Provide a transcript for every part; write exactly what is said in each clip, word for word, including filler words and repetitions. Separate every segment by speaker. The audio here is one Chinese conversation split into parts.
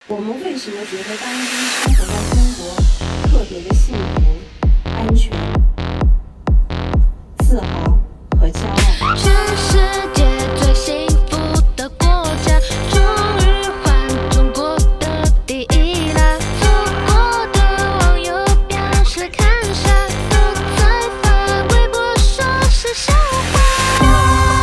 Speaker 1: 我们为什么觉得当今生活在中国特别的幸福、安全、自豪和骄傲？
Speaker 2: 全世界最幸福的国家，终于换中国的第一啦！祖国的网友表示看傻，都在发微博说是笑话。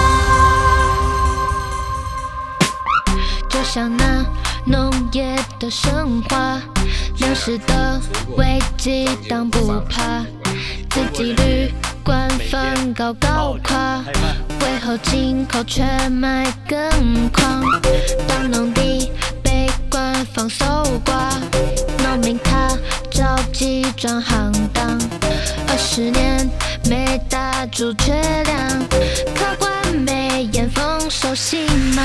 Speaker 2: 就像那农业的神话，粮食的危机当不怕，自给率官方高高夸，为何进口却卖更狂？当农地被官方搜刮，农民他着急转行当，二十年没打住缺粮，客官没眼丰收信吗？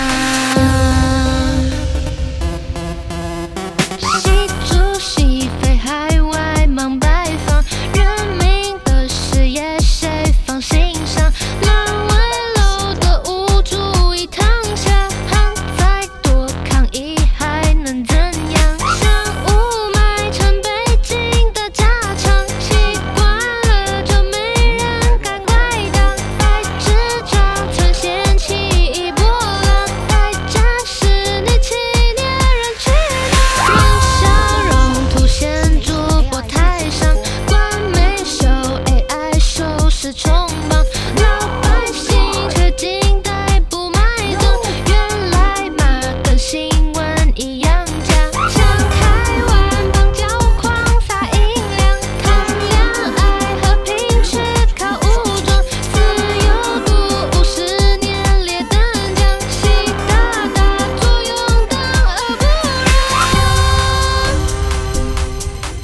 Speaker 2: 习主席飞海外忙拜访，人民的事业谁放心上？烂尾楼的屋主已躺下，喊再多抗议还能怎样？像雾霾成北京的家常，习惯了就没人敢怪党。白纸抓存掀起一波浪，代价是你七年人去当。让笑容凸显主播台上，官媒秀 A I 收视冲榜，老百姓却惊呆不买账。原来骂跟新闻一样假，像台湾邦交狂撒银两，谈两爱和平却靠武装，自由度五十年烈灯奖，习大大作用当而不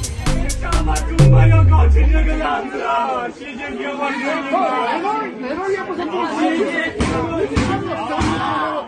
Speaker 2: 让。
Speaker 3: 干嘛中国要搞成这个样子啊？习近平，我求你了！